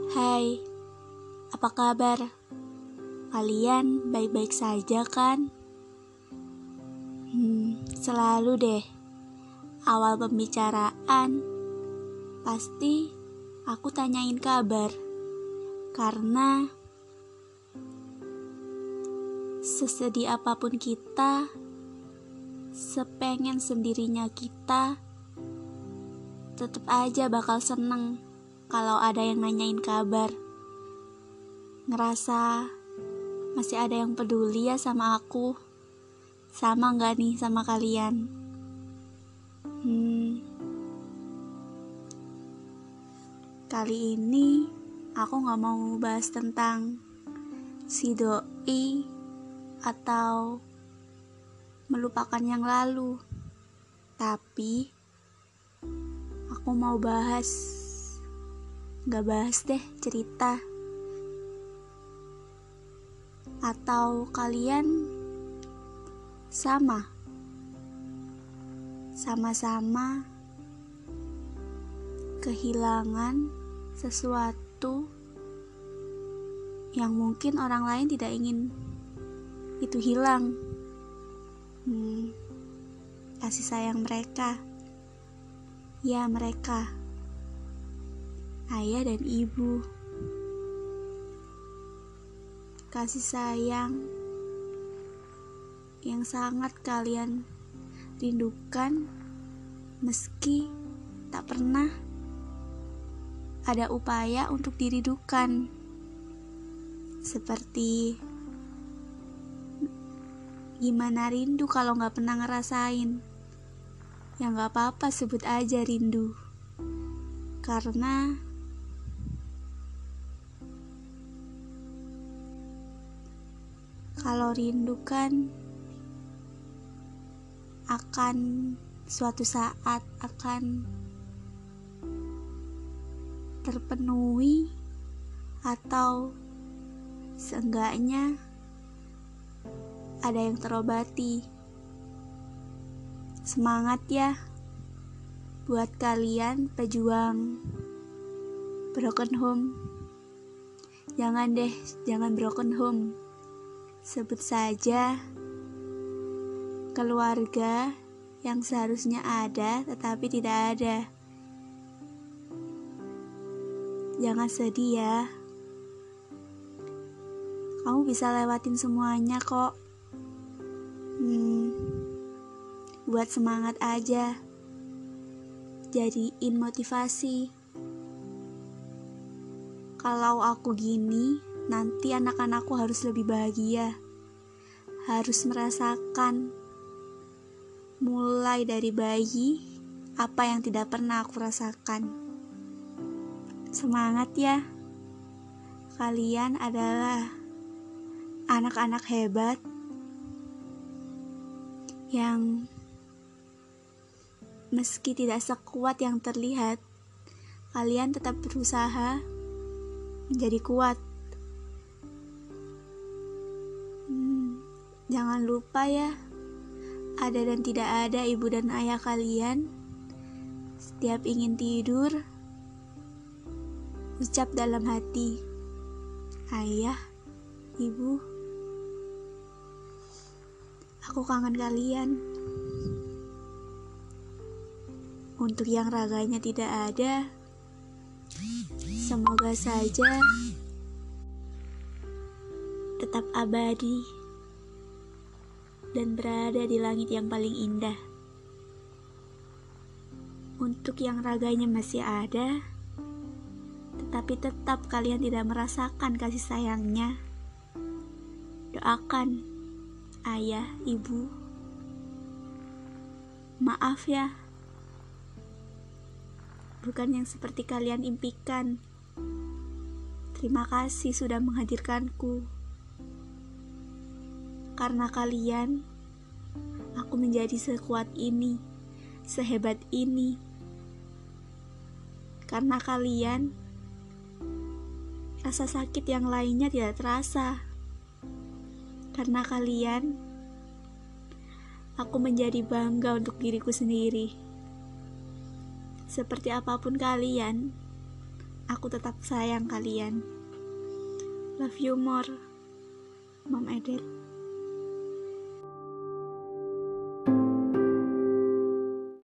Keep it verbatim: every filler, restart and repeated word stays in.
Hai, apa kabar? Kalian baik-baik saja kan? Hmm, selalu deh. Awal pembicaraan, pasti aku tanyain kabar. Karena sesedih apapun kita, sepengen sendirinya kita, tetap aja bakal seneng kalau ada yang nanyain kabar. Ngerasa masih ada yang peduli ya sama aku. Sama gak nih sama kalian? Hmm. Kali ini aku gak mau bahas tentang si doi atau melupakan yang lalu. Tapi aku mau bahas Gak bahas deh cerita. Atau kalian sama Sama-sama kehilangan sesuatu yang mungkin orang lain tidak ingin itu hilang. hmm, Kasih sayang mereka. Ya, mereka ayah dan ibu. Kasih sayang yang sangat kalian rindukan, meski tak pernah ada upaya untuk dirindukan. Seperti gimana rindu kalau gak pernah ngerasain? Ya gak apa-apa, sebut aja rindu. Karena kalau rindu kan akan suatu saat akan terpenuhi, atau seenggaknya ada yang terobati. Semangat ya buat kalian pejuang broken home. Jangan deh, jangan broken home. Sebut saja keluarga yang seharusnya ada tetapi tidak ada. Jangan sedih ya. Kamu bisa lewatin semuanya kok. Hmm, buat semangat aja. Jadiin motivasi. Kalau aku gini, nanti anak-anakku harus lebih bahagia. Harus merasakan mulai dari bayi apa yang tidak pernah aku rasakan. Semangat ya. Kalian adalah anak-anak hebat yang meski tidak sekuat yang terlihat, kalian tetap berusaha menjadi kuat. Hmm, jangan lupa ya, ada dan tidak ada ibu dan ayah kalian. Setiap ingin tidur, ucap dalam hati, ayah, ibu, aku kangen kalian. Untuk yang raganya tidak ada, semoga saja tetap abadi dan berada di langit yang paling indah. Untuk yang raganya masih ada, tetapi tetap kalian tidak merasakan kasih sayangnya, doakan ayah, ibu. Maaf ya, bukan yang seperti kalian impikan. Terima kasih sudah menghadirkanku. Karena kalian, aku menjadi sekuat ini, sehebat ini. Karena kalian, rasa sakit yang lainnya tidak terasa. Karena kalian, aku menjadi bangga untuk diriku sendiri. Seperti apapun kalian, aku tetap sayang kalian. Love you more, Mom Edit.